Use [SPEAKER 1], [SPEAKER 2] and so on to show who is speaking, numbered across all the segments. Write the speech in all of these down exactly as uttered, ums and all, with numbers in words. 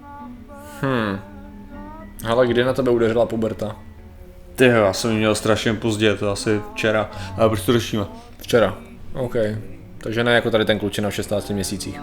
[SPEAKER 1] Hmm. Ale kdy na tebe udeřila puberta?
[SPEAKER 2] Tyjo, já jsem ji měl strašně pozdě, to asi včera. Ale proč to řešíme?
[SPEAKER 1] Včera. OK. Takže ne jako tady ten klučina v šestnácti měsících.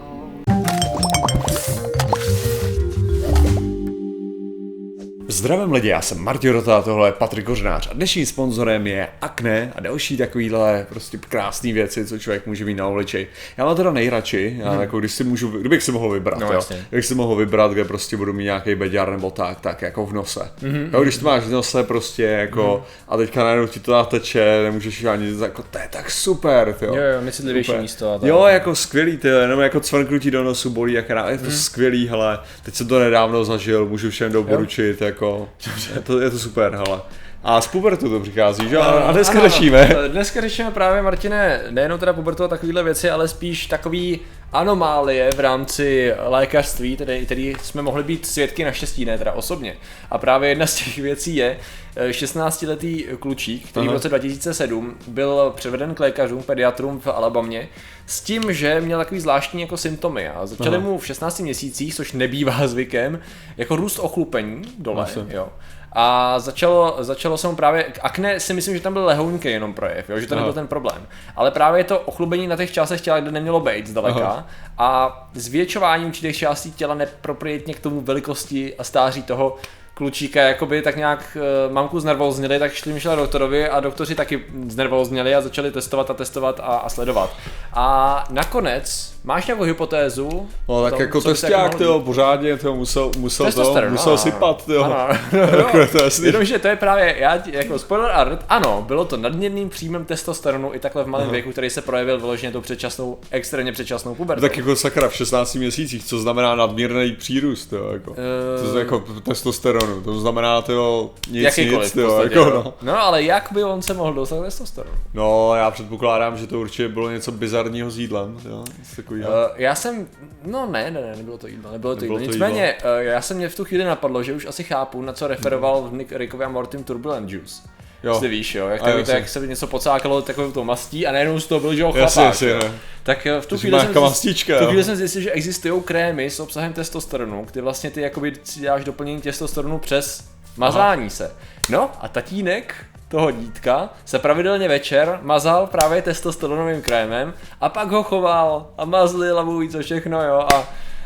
[SPEAKER 2] Zdravím lidi, já jsem Martin Rota, tohle je Patrik Kořenář a dnešním sponzorem je Acne a další takovýhle prostě krásné věci, co člověk může mít na obličeji. Já mám teda nejradši, já, mm. jako když si můžu, kdybych si mohl vybrat,
[SPEAKER 1] no,
[SPEAKER 2] jo, kdybych si mohl vybrat, kde prostě budu mít nějaký beďar nebo tak, tak jako v nose. Mm-hmm. Jo, když to máš v nose prostě jako mm. a teďka najednou ti to nateče, nemůžeš ani jako to je tak super, jo.
[SPEAKER 1] Jo, jo, necitlivější místo a tak.
[SPEAKER 2] Jo, jako skvělý, ty, jenom jako cvrknutí do nosu bolí, jak je to mm. skvělý, hele, teď jsem to nedávno zažil, můžu všem doporučit, jo. Jako je to, je to super, hele. A z pubertu to přichází, že? A dneska ano, řešíme.
[SPEAKER 1] Dneska řešíme právě, Martine, nejenom teda pubertu a takovýhle věci, ale spíš takový anomálie v rámci lékařství, tedy, tedy jsme mohli být svědky, naštěstí ne teda osobně. A právě jedna z těch věcí je, šestnáctiletý klučík, který Aha. v roce dva tisíce sedm byl převeden k lékařům, pediatrům v Alabamě, s tím, že měl takový zvláštní jako symptomy a začaly mu v šestnácti měsících, což nebývá zvykem, jako růst ochlupení dole, jo. A začalo, začalo se mu právě, akné si myslím, že tam byl lehouňký jenom projev, jo, že to Aha. nebyl ten problém. Ale právě to ochlubení na těch částech těla, kde nemělo být zdaleka Aha. a zvětšování určitých částí těla neproprietně k tomu velikosti a stáří toho klučíka, jakoby tak nějak uh, mamku znervóznili, tak šli myšle doktorovi a doktoři taky znervóznili a začali testovat a testovat a, a sledovat. A nakonec, máš nějakou hypotézu?
[SPEAKER 2] No tak tom, jako testák, tyjo, pořádně, tyjo, musel, musel to, musel
[SPEAKER 1] no,
[SPEAKER 2] sypat, tyjo.
[SPEAKER 1] Ano, no, to jenomže to je právě, já jako spoiler alert, ano, bylo to nadměrným příjmem testosteronu i takhle v malém Aha. věku, který se projevil vyloženě tou předčasnou, extrémně předčasnou pubertou.
[SPEAKER 2] Tak jako sakra v šestnácti měsících, co znamená nadměrný přírůst, jo, jako. Uh... To je jako testosteronu, to znamená, tyjo, nic,
[SPEAKER 1] jakýkoliv,
[SPEAKER 2] nic, tyjo, jako, no.
[SPEAKER 1] No ale jak by on se mohl dostat testosteronu?
[SPEAKER 2] No, já předpokládám, že to určitě bylo něco bizarního s jídlem, jo. Uh,
[SPEAKER 1] já jsem, no ne, ne, ne, nebylo to jídlo, nebylo to nebylo jídlo, nicméně jídlo. Uh, já jsem mě v tu chvíli napadlo, že už asi chápu, na co referoval v Nick Rickovi a Mortim Turbulent Juice. Jo. Jsi víš, jo, jak, takový, jak se něco pocákalo takovou tou mastí a najednou z toho byl, že ho chlapák,
[SPEAKER 2] jasně,
[SPEAKER 1] jo.
[SPEAKER 2] jasně,
[SPEAKER 1] Tak v tu chvíli, jsem zjistil, v tu chvíli jsem zjistil, že existují krémy s obsahem testosteronu, kdy vlastně ty jakoby si děláš doplnění testosteronu přes mazání Aha. se. No a tatínek toho dítka se pravidelně večer mazal právě testosteronovým krémem a pak ho choval a mazlil a bůh co všechno, jo, a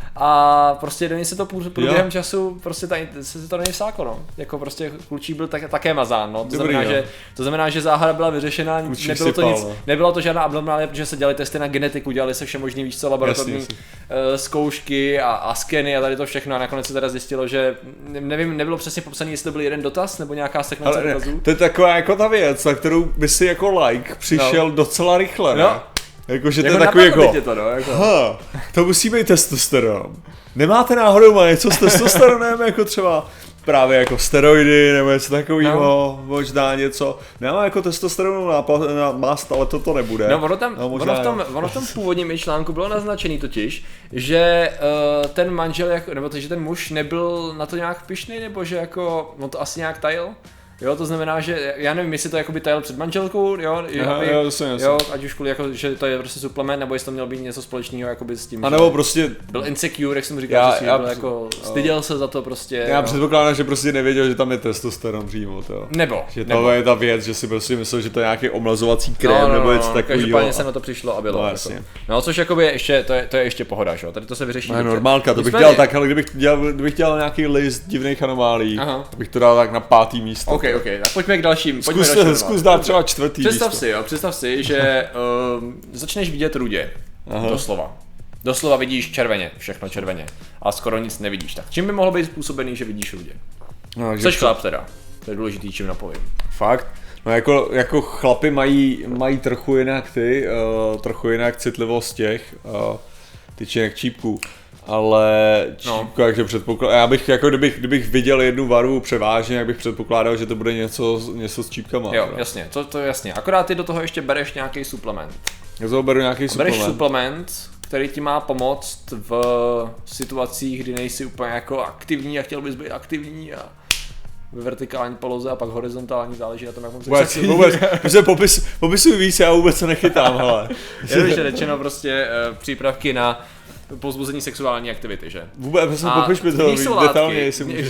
[SPEAKER 1] a prostě do něj se to průběhem času prostě ta, se to do něj vsáklo, no. Jako prostě klučí byl tak, také mazán, no. To
[SPEAKER 2] Dobrý,
[SPEAKER 1] znamená, že, to znamená, že záhada byla vyřešena, klučík nebylo to nic, no. Nebylo to žádná abnormálie, protože se dělali testy na genetiku, dělali se vše možný, víš co, laboratorní jasný, jasný. Uh, zkoušky a, a skeny a tady to všechno a nakonec se teda zjistilo, že nevím, nebylo přesně popsané, jestli to byl jeden dotaz nebo nějaká sekvence dotazů.
[SPEAKER 2] To je taková jako ta věc, na kterou by si jako like přišel no. docela rychle,
[SPEAKER 1] no.
[SPEAKER 2] Jakože to jako je takový jako,
[SPEAKER 1] to, no, jako.
[SPEAKER 2] Ha, to musí být testosteron. Nemáte náhodou má něco s testosteronem, jako třeba právě jako steroidy nebo něco takového, no. možná něco. Nemá jako testosteronu na mast, ale to to nebude.
[SPEAKER 1] No ono tam, no, ono v tom, ono v tom původním článku bylo naznačený totiž, že uh, ten manžel, jako, nebo to, že ten muž nebyl na to nějak pyšný, nebo že jako, on to asi nějak tajil. Jo, to znamená, že já nevím, jestli to jakoby tajil před manželkou, jo,
[SPEAKER 2] Aha,
[SPEAKER 1] aby,
[SPEAKER 2] jo, jasně, jasně.
[SPEAKER 1] jo, ať už kvůli jako, že to je prostě suplement, nebo jestli to mělo být něco společného jakoby s tím,
[SPEAKER 2] a nebo prostě
[SPEAKER 1] byl insecure, jak jsem říkal, já, že si já, byl jako, styděl se za to prostě.
[SPEAKER 2] Já
[SPEAKER 1] jo.
[SPEAKER 2] předpokládám, že prostě nevěděl, že tam je testosteron přímo, to.
[SPEAKER 1] Nebo.
[SPEAKER 2] Že
[SPEAKER 1] nebo.
[SPEAKER 2] to je ta věc, že si prostě myslel, že to je nějaký omlazovací krém
[SPEAKER 1] no, no,
[SPEAKER 2] nebo
[SPEAKER 1] no,
[SPEAKER 2] něco
[SPEAKER 1] no,
[SPEAKER 2] takového.
[SPEAKER 1] Každopádně se na to přišlo a bylo.
[SPEAKER 2] No,
[SPEAKER 1] jako. No, což jakoby ještě, to je, to je ještě pohoda, že jo, tady to se vyřeší.
[SPEAKER 2] No, normálka, to bych dělal tak, ale kdybych dělal, kdybych dělal nějaký list divných anomálí, bych to dal tak na pátý místo.
[SPEAKER 1] OK, OK, tak pojďme k dalším.
[SPEAKER 2] Zkus, zkus dát třeba čtvrtý
[SPEAKER 1] Představ
[SPEAKER 2] místo.
[SPEAKER 1] si, jo, představ si, že uh, začneš vidět rudě, Aha. doslova. Doslova vidíš červeně, všechno červeně a skoro nic nevidíš. Tak čím by mohlo být způsobený, že vidíš rudě? No, Jseš chlap teda, to je důležitý, čím napovím.
[SPEAKER 2] Fakt? No jako, jako chlapi mají, mají trochu jinak ty, uh, trochu jinak citlivost těch uh, tyčinek čípků. Ale čípka, no. takže předpokládám, já bych jako kdybych, kdybych viděl jednu barvu převážně, jak bych předpokládal, že to bude něco, něco s čípkama.
[SPEAKER 1] Jo, teda. jasně, to, to je jasně, akorát ty do toho ještě bereš nějaký suplement.
[SPEAKER 2] Já toho beru nějaký suplement.
[SPEAKER 1] Bereš suplement, který ti má pomoct v situacích, kdy nejsi úplně jako aktivní a chtěl bys být aktivní a ve vertikální poloze a pak horizontální, záleží na tom, jak moc
[SPEAKER 2] vůbec, vůbec, protože popis, popisuji víc, já vůbec se nechytám, hele.
[SPEAKER 1] Je to řečeno prostě uh, přípravky na povzbuzení sexuální aktivity, že?
[SPEAKER 2] Vůbec, popiš mi to detailně, jestli můžeš.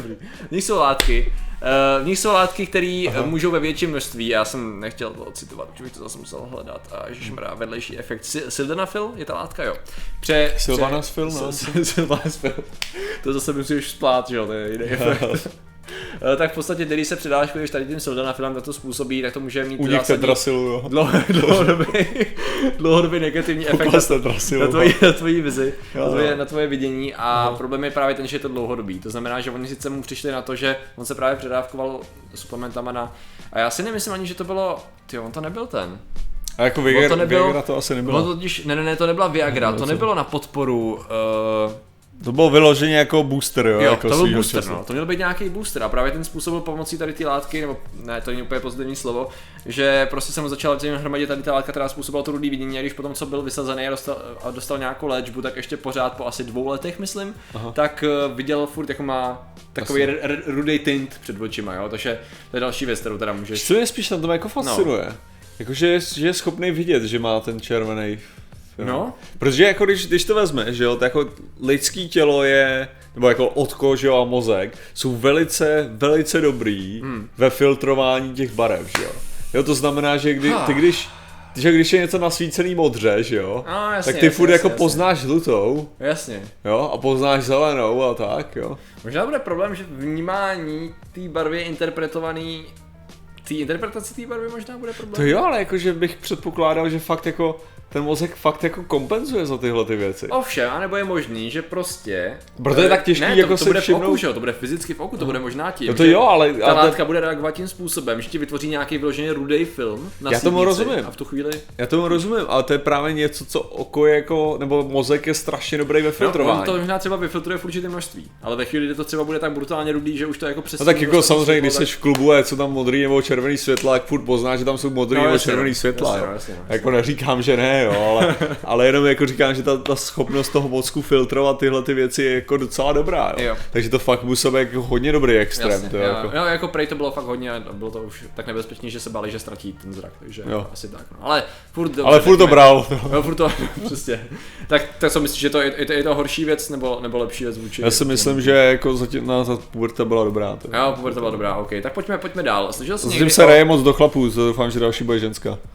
[SPEAKER 1] V nich jsou látky, Uh, v nich jsou látky, které můžou ve větším množství, já jsem nechtěl to citovat, protože bych to zase musel hledat, a ježišmarja, vedlejší efekt, sildenafil je ta látka, jo. Pře,
[SPEAKER 2] Silvanafil, no.
[SPEAKER 1] Silvanafil, to zase musíš splát, že jo, to je jiný efekt. Tak v podstatě, když se předáš, když tady tím sildenafilem na to způsobí, tak to může mít
[SPEAKER 2] u nich tetrasilu, jo.
[SPEAKER 1] Dlouhodobý, dlouhodobý negativní efekt na, na, tvoji, na tvoji vizi, jo, na, tvoje, na tvoje vidění a aha. Problém je právě ten, že je to dlouhodobý. To znamená, že oni sice mu přišli na to, že on se právě předávkoval suplementama na... A já si nemyslím ani, že to bylo... Tyjo, on to nebyl ten.
[SPEAKER 2] A jako Viagra to, nebylo, Viagra to asi nebylo.
[SPEAKER 1] To totiž, ne, ne, ne, to nebyla Viagra, to nebylo na podporu... Uh,
[SPEAKER 2] To bylo vyloženě jako booster, jo?
[SPEAKER 1] Jo,
[SPEAKER 2] jako
[SPEAKER 1] to byl booster, času. No. To měl být nějaký booster a právě ten způsobil pomocí tady ty látky, nebo ne, to není úplně pozitivní slovo, že prostě jsem začal v hromadě tady ta látka, která způsobila to rudý vidění, a když potom co byl vysazený a dostal, a dostal nějakou léčbu, tak ještě pořád po asi dvou letech, myslím, aha. tak uh, viděl furt jako má takový r- r- rudý tint před očima, jo, takže to je další věc, kterou teda můžeš...
[SPEAKER 2] Co je spíš na tom jako fascinuje, no. Jakože je, že je schopný vidět, že má ten červený.
[SPEAKER 1] No.
[SPEAKER 2] Protože jako když, když to vezmeš, že jo, tak jako lidský tělo je, nebo jako odko, že jo, a mozek, jsou velice, velice dobrý hmm. ve filtrování těch barev, že jo. Jo, to znamená, že kdy, ty když, že když je něco nasvícený modře, že jo,
[SPEAKER 1] no, jasně,
[SPEAKER 2] tak ty
[SPEAKER 1] jasně,
[SPEAKER 2] furt
[SPEAKER 1] jasně,
[SPEAKER 2] jako
[SPEAKER 1] jasně.
[SPEAKER 2] poznáš žlutou,
[SPEAKER 1] jasně.
[SPEAKER 2] Jo, a poznáš zelenou a tak, jo.
[SPEAKER 1] Možná bude problém, že vnímání té barvy je interpretovaný, té interpretace té barvy možná bude problém.
[SPEAKER 2] To jo, ale jakože bych předpokládal, že fakt jako ten mozek fakt jako kompenzuje za tyhle ty věci.
[SPEAKER 1] Ovšem, anebo je možný, že prostě...
[SPEAKER 2] Proto je tak těžký
[SPEAKER 1] ne,
[SPEAKER 2] jako
[SPEAKER 1] to, to
[SPEAKER 2] se
[SPEAKER 1] bude
[SPEAKER 2] všimnout...
[SPEAKER 1] v oku, že jo, to bude fyzicky v oku, to bude možná tím,
[SPEAKER 2] no to jo, ale...
[SPEAKER 1] ta
[SPEAKER 2] ale
[SPEAKER 1] látka bude reagovat tím způsobem, že ti vytvoří nějaký vyloženě rudý film na
[SPEAKER 2] já tomu rozumím.
[SPEAKER 1] A v tu chvíli...
[SPEAKER 2] Já tomu rozumím, ale to je právě něco, co oko je jako, nebo mozek je strašně dobrý ve filtrování.
[SPEAKER 1] No, to možná třeba vyfiltruje v určitém množství, ale ve chvíli, kdy to třeba bude tak brutálně rudý, že už to jako přesně...
[SPEAKER 2] No tak jako samozřejmě, když jsi v klubu a je co tam modrý nebo červený světla, jak furt poznáš, že tam jsou modrý no, nebo červený světla. Jasně, jasně, jasně. Jako neříkám, že ne, jo, ale, ale jenom jako říkám, že ta, ta schopnost toho mozku filtrovat tyhle ty věci je jako docela dobrá, jo. Jo. Takže to fakt musí být jako hodně dobrý extrém.
[SPEAKER 1] Jasně,
[SPEAKER 2] to
[SPEAKER 1] jo,
[SPEAKER 2] jako...
[SPEAKER 1] jo, jako prej to bylo fakt hodně, bylo to už tak nebezpečné, že se báli, že ztratí ten zrak, takže jo. Asi tak, no. Ale furt, dobře,
[SPEAKER 2] ale furt to bral.
[SPEAKER 1] Jo, furt to, přesně. Tak, tak co myslíš, že to je, je, to, je to horší věc nebo, nebo lepší věc vůči?
[SPEAKER 2] Já si myslím, že jako zatím na ta puberta byla dobrá. To.
[SPEAKER 1] Jo, puberta byla dobrá, ok. Tak pojďme, pojďme dál. Slyšel jsi
[SPEAKER 2] někdy se reje moc do chlapů, to doufám, že další bude ženská. Uh,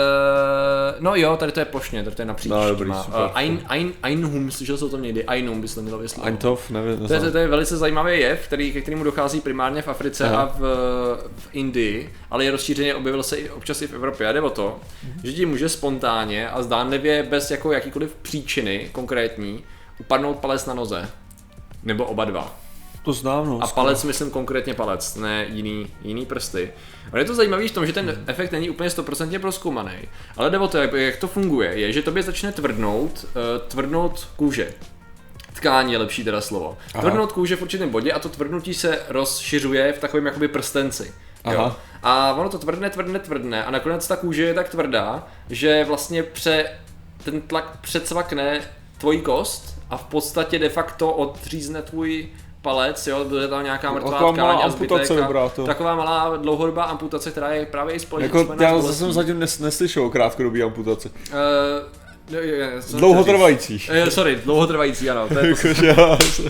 [SPEAKER 1] no jo, tady to je plošně, tady to je napříč.
[SPEAKER 2] No, dobrý, super.
[SPEAKER 1] Uh, ein, ein, Einhum, slyšel jsem o tom někdy, Einhum by se to mělo vyslovit.
[SPEAKER 2] Einthof, nevím.
[SPEAKER 1] To je, to je velice zajímavý jev, který, ke kterému dochází primárně v Africe aha. a v, v Indii, ale je rozšířeně, objevil se i občas i v Evropě. A jde o to, mm-hmm. že ti může spontánně a zdánlivě bez jako jakýkoliv příčiny konkrétní upadnout palec na noze. Nebo oba dva.
[SPEAKER 2] To znám, no.
[SPEAKER 1] A palec, myslím konkrétně palec, ne jiný, jiný prsty. Ale je to zajímavý v tom, že ten hmm. efekt není úplně sto procent prozkoumaný. Ale jde o to, jak to funguje, je, že tobě začne tvrdnout, uh, tvrdnout kůže. Tkání je lepší teda slovo. Aha. Tvrdnout kůže v určitém bodě a to tvrdnutí se rozšiřuje v takovém jakoby prstenci. Jo? A ono to tvrdne, tvrdne, tvrdne a nakonec ta kůže je tak tvrdá, že vlastně pře, ten tlak předsvakne tvoji kost a v podstatě de facto odřízne tvůj palec, jo, bude tam nějaká mrtvá tkáň a zbytek a taková malá dlouhodobá amputace, která je právě i společná.
[SPEAKER 2] Jako já jsem zatím nes, neslyšel o krátkodobý amputaci.
[SPEAKER 1] Uh, no, je,
[SPEAKER 2] dlouhotrvající.
[SPEAKER 1] Uh, sorry, dlouhotrvající, ano. To je to,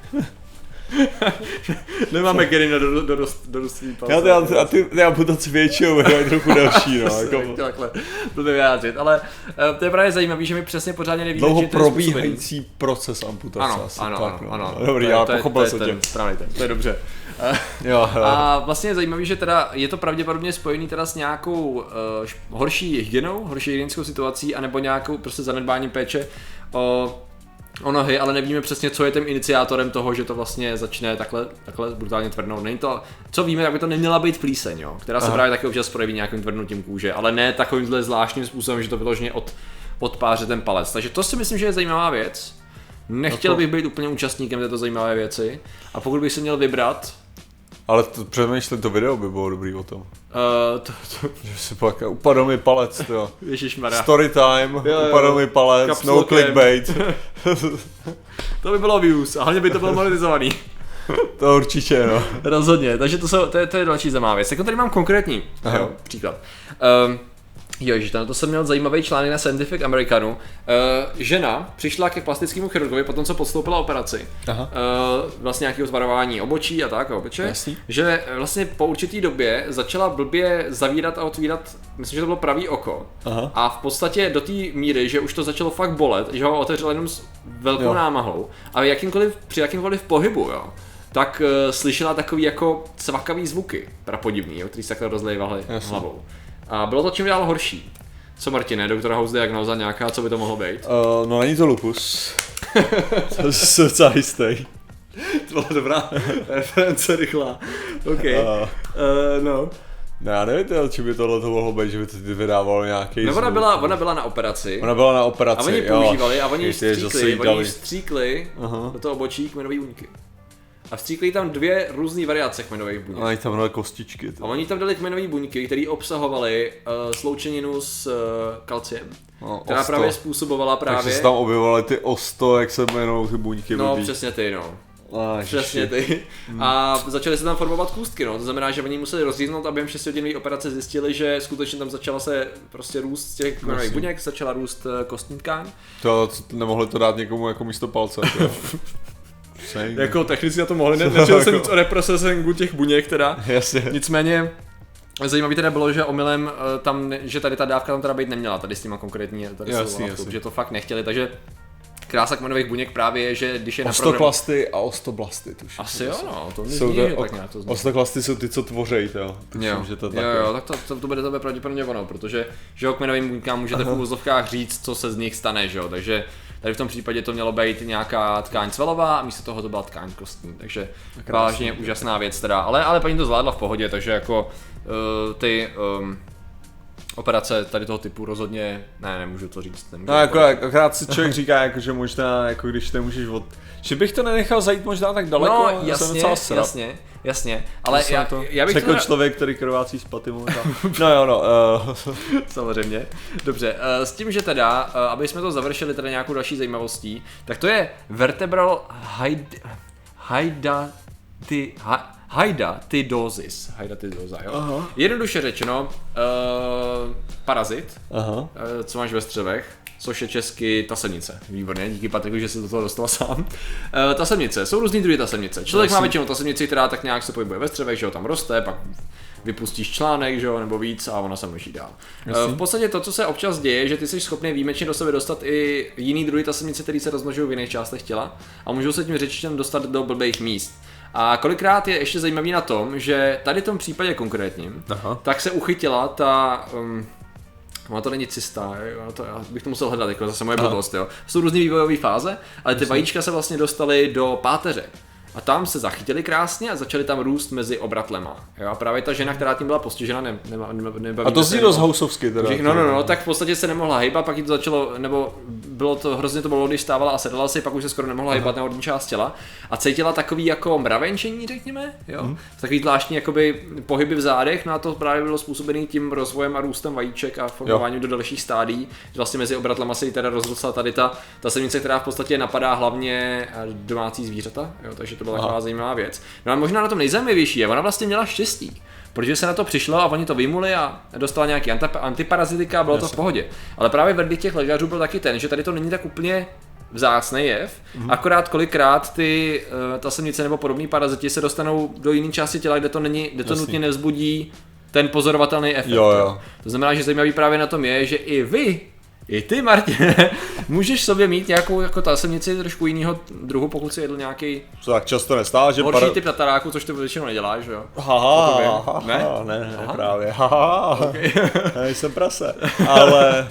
[SPEAKER 1] nemáme geny na do, do, do, do doství palce.
[SPEAKER 2] Já ty, a ty, ty amputace většinou mají trochu delší, no. Jako...
[SPEAKER 1] Takhle, to vyjádřit, ale uh, to je právě zajímavý, že my přesně pořádně nevíme,
[SPEAKER 2] dlouho že to je probíhající proces amputace.
[SPEAKER 1] Ano,
[SPEAKER 2] asi,
[SPEAKER 1] ano,
[SPEAKER 2] tak,
[SPEAKER 1] ano,
[SPEAKER 2] no.
[SPEAKER 1] ano.
[SPEAKER 2] Dobrý, já pochopil se tě.
[SPEAKER 1] Správný ten, to je dobře.
[SPEAKER 2] jo, jo.
[SPEAKER 1] A vlastně je zajímavý, že teda je to pravděpodobně spojený teda s nějakou uh, horší hygienou, horší hygienickou situací, anebo nějakou prostě zanedbáním péče o o nohy, ale nevíme přesně, co je tím iniciátorem toho, že to vlastně začne takhle, takhle brutálně tvrdnout. Není to, co víme, tak by to neměla být plíseň, jo, která se Aha. právě taky občas projeví nějakým tvrdnutím kůže, ale ne takovýmhle zvláštním způsobem, že to vyloženě od, odpáře ten palec. Takže to si myslím, že je zajímavá věc. Nechtěl bych být úplně účastníkem této zajímavé věci a pokud bych si měl vybrat...
[SPEAKER 2] Ale to, přemýšlím, to video by bylo dobrý o tom. Uh,
[SPEAKER 1] to, to...
[SPEAKER 2] Že si pak upadl mi palec, jo.
[SPEAKER 1] Ježišmarja.
[SPEAKER 2] Story time, jo, jo. Upadl mi palec, Kapslokem. No clickbait.
[SPEAKER 1] To by bylo views a hlavně by to bylo monetizovaný.
[SPEAKER 2] To určitě, no.
[SPEAKER 1] Rozhodně, takže to, jsou, to, je, to je další zajímavá věc. Tak tady mám konkrétní jo, příklad. Um, Ježiš, to jsem měl zajímavý článek na Scientific Americanu. Uh, žena přišla ke plastickému chirurgovi potom, co podstoupila operaci. Aha. Uh, vlastně nějakého zvarování obočí a tak, obliče. Jasný. Že vlastně po určitý době začala blbě zavírat a otvírat, myslím, že to bylo pravý oko. Aha. A v podstatě do té míry, že už to začalo fakt bolet, že ho otevřela jenom s velkou jo. námahou. A jakýmkoliv, při jakýmkoliv pohybu, jo, tak uh, slyšela takový jako cvakavý zvuky, prapodivný, jo, který se takhle rozlévaly hlavou. A bylo to čím dál horší. Co Martine, doktora House diagnóza nějaká, co by to mohlo být?
[SPEAKER 2] Uh, no není to lupus. To jsem docela jistý.
[SPEAKER 1] To byla dobrá reference rychlá. OK. Uh, uh, no.
[SPEAKER 2] No já nevím, či by tohle to mohlo být, že by to vydávalo nějaký
[SPEAKER 1] no, ona byla, ona byla na operaci.
[SPEAKER 2] Ona byla na operaci,
[SPEAKER 1] a oni jo. používali a oni stříkli, oni stříkli uh-huh. do toho obočí kmenový buňky. A vstříkli tam dvě různé variace kmenových buněk.
[SPEAKER 2] A oni tam dali kostičky.
[SPEAKER 1] To. A oni tam dali kmenové buňky, které obsahovaly uh, sloučeninu s uh, kalciem. No, která osto. právě způsobovala právě...
[SPEAKER 2] Takže se tam objevovaly ty osto, jak se jmenou ty buňky.
[SPEAKER 1] No
[SPEAKER 2] blbý.
[SPEAKER 1] Přesně ty, no. Ah, přesně ty. Hmm. A začaly se tam formovat kůstky, no. To znamená, že oni museli rozříznout a během šestihodinové operace zjistili, že skutečně tam začala se prostě růst z těch kmenových buněk, začala růst kostní tkáň.
[SPEAKER 2] To nemohli to dát někomu jako místo palce.
[SPEAKER 1] Saying. Jako technicky na to mohli, ne, nečel jsem nic o reprocesingu těch buněk teda,
[SPEAKER 2] Jasně.
[SPEAKER 1] Nicméně zajímavý teda bylo, že omylem tam, že tady ta dávka tam teda být neměla, tady s těma konkrétní, tady jasný, jasný. Že to fakt nechtěli, takže krása kmenových buněk právě je, že když je na
[SPEAKER 2] ostoklasty a ostoblasty, tuším.
[SPEAKER 1] Asi jo, no, to mi zní,
[SPEAKER 2] o,
[SPEAKER 1] tak nějak to zní.
[SPEAKER 2] Ostoklasty jsou ty, co tvořejí, jo. Tuším,
[SPEAKER 1] jo,
[SPEAKER 2] že to
[SPEAKER 1] jo, jo, tak to, to, to bude tebe pravděpodobně ono, protože že o kmenovým buňkám můžete Aha. v úvozovkách říct, co se z nich stane, že jo, takže tady v tom případě to mělo být nějaká tkáň svalová a místo toho to byla tkáň kostní, takže vážně úžasná věc teda, ale, ale paní to zvládla v pohodě, takže jako uh, ty um, operace tady toho typu rozhodně, ne, nemůžu to říct.
[SPEAKER 2] No jako akorát si člověk říká, jako, že možná, jako když nemůžeš od... Že bych to nenechal zajít možná tak daleko,
[SPEAKER 1] no, jasně, jsem jasně, jasně, ale já,
[SPEAKER 2] to,
[SPEAKER 1] já bych
[SPEAKER 2] jako
[SPEAKER 1] to...
[SPEAKER 2] člověk, který krvácí z paty možná. No jo, no. Uh...
[SPEAKER 1] Samozřejmě. Dobře, uh, s tím, že teda, uh, aby jsme to završili teda nějakou další zajímavostí, tak to je vertebral hydatidosis. Hydatidosis, hydatidosa, jo? Aha. Jednoduše řečeno, uh, parazit, Aha. Uh, co máš ve střevech, což je česky tasemnice. Výborně, díky Patriku, že jsi do toho dostal sám. Uh, tasemnice, jsou různý druhy tasemnice. Člověk má většinou tasemnici, která tak nějak se pohybuje ve střevech, že ho tam roste, pak vypustíš článek, že jo, nebo víc a ona se množí dál. Uh, v podstatě to, co se občas děje, že ty jsi schopný výjimečně do sebe dostat i jiný druhy tasemnice, které se rozmnožují v jiných částech těla a můžou se tím řečem dostat do blbých míst. A kolikrát je ještě zajímavý na tom, že tady v tom případě konkrétním, Aha. tak se uchytila ta, um, ono to není cysta, jo, to, já bych to musel hledat, jako zase moje blbost, jo. Jsou různý vývojové fáze, ale ty vajíčka se vlastně dostaly do páteře. A tam se zachytili krásně a začaly tam růst mezi obratlema. Jo? A právě ta žena, která tím byla postižena, ne, ne, ne, nebaví.
[SPEAKER 2] A to zní dost housovsky teda.
[SPEAKER 1] No, no, no, tak v podstatě se nemohla hýbat, pak jí to začalo, nebo bylo to, hrozně to bylo, když stávala a sedala si, pak už se skoro nemohla hýbat na horní část těla. A cítila takový jako mravenčení, řekněme, jo. Hmm. Takový zvláštní jakoby pohyby v zádech, no a to právě bylo způsobený tím rozvojem a růstem vajíček a formováním do dalších stádí. Vlastně mezi obratlema se jí teda rozrostla tady ta, ta semnice, která v podstatě napadá hlavně domácí zvířata, jo, takže to byla taková zajímavá věc. No a možná na tom nejzajímavější je, ona vlastně měla štěstí, protože se na to přišlo a oni to vyjmuli a dostala nějaký antiparazitika a bylo Jasně. to v pohodě. Ale právě verdikt těch lékařů byl taky ten, že tady to není tak úplně vzácný jev, mm-hmm. akorát kolikrát ty uh, tasemnice nebo podobný paraziti se dostanou do jiné části těla, kde to není, kde to Jasně. nutně nevzbudí ten pozorovatelný efekt.
[SPEAKER 2] Jo, jo.
[SPEAKER 1] To znamená, že zajímavý právě na tom je, že i vy I ty, Martine, můžeš sobě mít nějakou jako tasemnici trošku jinýho druhu, pokud si jedl nějaký
[SPEAKER 2] to tak často nestává, že
[SPEAKER 1] horší para... typ tataráku, což ty většinou neděláš, že jo?
[SPEAKER 2] Haha, haha, ne? ne, ne, ne právě, haha, okay. Já jsem prase, ale...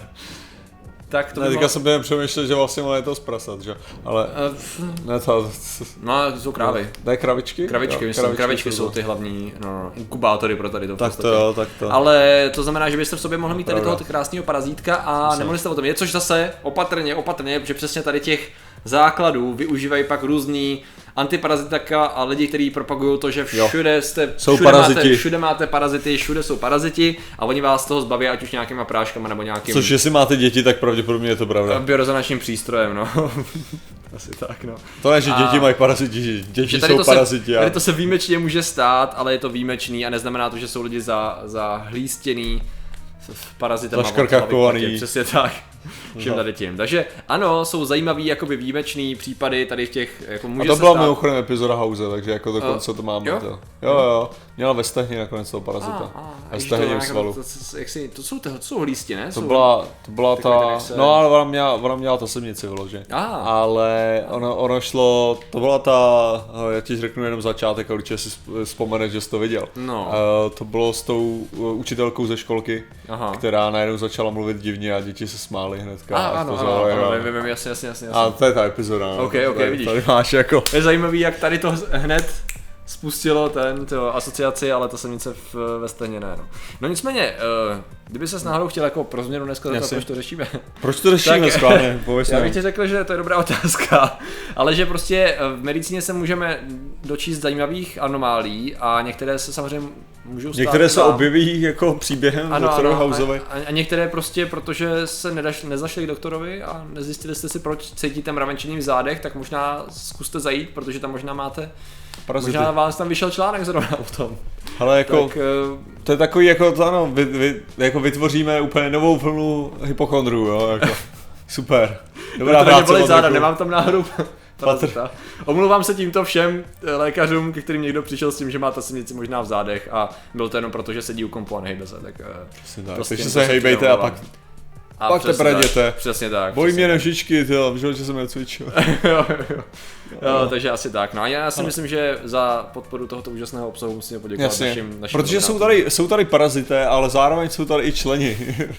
[SPEAKER 1] Tak to
[SPEAKER 2] ne, teďka jsem během přemýšlel, že vlastně je to zprasat, že? Ale uh, ne to...
[SPEAKER 1] No, to jsou krávy.
[SPEAKER 2] To je kravičky?
[SPEAKER 1] Kravičky, jo, myslím, kravičky, kravičky jsou ty hlavní no, inkubátory pro tady to v
[SPEAKER 2] tak to jo, tak to.
[SPEAKER 1] Ale to znamená, že byste v sobě mohli mít tady toho krásného parazítka a Myslím. nemohli jste o tom vědět, což zase opatrně, opatrně, protože přesně tady těch základů využívají pak různý antiparazitika a lidi, kteří propagují to, že všude jste,
[SPEAKER 2] jsou
[SPEAKER 1] všude,
[SPEAKER 2] paraziti.
[SPEAKER 1] máte, všude máte parazity, všude jsou paraziti a oni vás z toho zbaví ať už nějakýma práškama nebo nějakým...
[SPEAKER 2] Což jestli máte děti, tak pravděpodobně je to pravda.
[SPEAKER 1] Biorezonančním přístrojem, no. Asi tak, no.
[SPEAKER 2] To ne, že děti a... mají paraziti, děti jsou paraziti.
[SPEAKER 1] Se, tady to se výjimečně může stát, ale je to výjimečný a neznamená to, že jsou lidi za, za hlístěný parazitama.
[SPEAKER 2] Zaškrkakovaný.
[SPEAKER 1] Přesně tak. Všem tady tím. Takže ano, jsou zajímavý, jakoby výjimečný případy tady v těch, jako může
[SPEAKER 2] A to
[SPEAKER 1] se
[SPEAKER 2] byla
[SPEAKER 1] stát...
[SPEAKER 2] mimochodem epizoda House, takže jako dokonce to máme.
[SPEAKER 1] jo?
[SPEAKER 2] To. Jo, jo, měla ve stehni nakonec toho parazita.
[SPEAKER 1] A, a,
[SPEAKER 2] ve
[SPEAKER 1] to,
[SPEAKER 2] stehni
[SPEAKER 1] nějak,
[SPEAKER 2] svalu.
[SPEAKER 1] to, to, jak si, to jsou, to, to jsou hlísti, ne?
[SPEAKER 2] To
[SPEAKER 1] jsou,
[SPEAKER 2] byla, to byla ta,
[SPEAKER 1] se...
[SPEAKER 2] no ale ona měla, ona měla ta semnici vyloženě.
[SPEAKER 1] Ah.
[SPEAKER 2] Ale ono, ono šlo, to byla ta, já ti řeknu jenom začátek a určitě si vzpomeneš, že jsi to viděl.
[SPEAKER 1] No.
[SPEAKER 2] Uh, to bylo s tou učitelkou ze školky,
[SPEAKER 1] Aha.
[SPEAKER 2] která najednou začala mluvit divně a děti se smály hnedka.
[SPEAKER 1] Ah, ano, ano, ano, ano, vím, vím, jasně, jasně, jasně.
[SPEAKER 2] A to je ta epizoda.
[SPEAKER 1] Ok, ok,
[SPEAKER 2] tady,
[SPEAKER 1] vidíš.
[SPEAKER 2] Tady máš jako...
[SPEAKER 1] Je zajímavý, jak tady to hned spustilo ten to, asociaci, ale to semnice v, ve stejně ne. No, no nicméně, uh, kdyby ses náhodou chtěl jako pro změnu dneska zeptat, proč to řešíme.
[SPEAKER 2] Proč to řešíme skláně?
[SPEAKER 1] Já bych ti řekl, že to je dobrá otázka, ale že prostě v medicíně se můžeme dočíst zajímavých anomálí a některé se samozřejmě můžou stát.
[SPEAKER 2] Některé se
[SPEAKER 1] tam.
[SPEAKER 2] objeví jako příběhem doktorovi Houseovi.
[SPEAKER 1] A, a některé prostě, protože se nedaš, nezašli k doktorovi a nezjistili jste si, proč cítíte mravenčení v zádech, tak možná zkuste zajít, protože tam možná máte parazity. Možná vás tam vyšel článek zrovna o tom.
[SPEAKER 2] Ale jako,
[SPEAKER 1] tak,
[SPEAKER 2] to je takový jako to ano, vy, vy, jako vytvoříme úplně novou vlnu hypochondrů, jo, jako super. Dobrá
[SPEAKER 1] práce. Bolí záda,
[SPEAKER 2] jako...
[SPEAKER 1] nemám tam náhodou parazita. Omlouvám se tímto všem lékařům, ke kterým někdo přišel s tím, že má ta semnici možná v zádech a byl to jenom proto, že sedí u kompu a nehejbe se, tak
[SPEAKER 2] přesně tak, prostě takže se hejbejte a pak
[SPEAKER 1] A
[SPEAKER 2] pak teprve jděte.
[SPEAKER 1] Přesně tak.
[SPEAKER 2] Bolí
[SPEAKER 1] přesně
[SPEAKER 2] mě nožičky, tyjo, v životě jsem necvičil.
[SPEAKER 1] jo, jo, jo. jo, takže asi tak. No a já si myslím, že za podporu tohoto úžasného obsahu musíme poděkovat
[SPEAKER 2] Jasně,
[SPEAKER 1] našim, našim
[SPEAKER 2] protože jsou tady, jsou tady parazité, ale zároveň jsou tady i členi.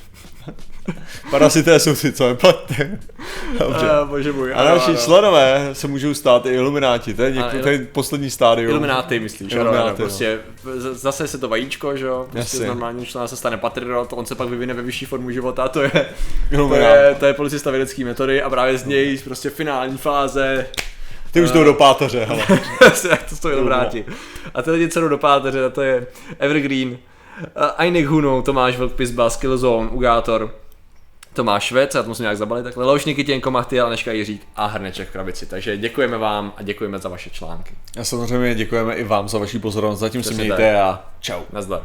[SPEAKER 2] Parazité jsou ty, co neplatte. Dobře.
[SPEAKER 1] Uh, bože můj.
[SPEAKER 2] A naši členové se můžou stát i ilumináti, to je, něk- to je poslední stádium.
[SPEAKER 1] Ilumináty myslíš,
[SPEAKER 2] Ilumináty,
[SPEAKER 1] no, prostě zase se to vajíčko, že jo, prostě z normálního člena se stane patriot, on se pak vyvine ve vyšší formu života, to je, to je, to je policista vědecký metody a právě z něj prostě finální fáze.
[SPEAKER 2] Ty už jdou do páteře, hele.
[SPEAKER 1] Jak to stojí vrátit. A ty lidi, co jdou do páteře, a to je Evergreen, uh, Einik Huno, Tomáš Vlk-Pizba, Skillzone, Ugátor, Tomáš Švec, já to musím nějak zabalit takhle, Leoš Nikytěnko, Machty, Aleška Jiřík a Hrneček v krabici. Takže děkujeme vám a děkujeme za vaše články.
[SPEAKER 2] A samozřejmě děkujeme i vám za vaši pozornost, zatím si mějte tak. A čau.
[SPEAKER 1] Nazdar.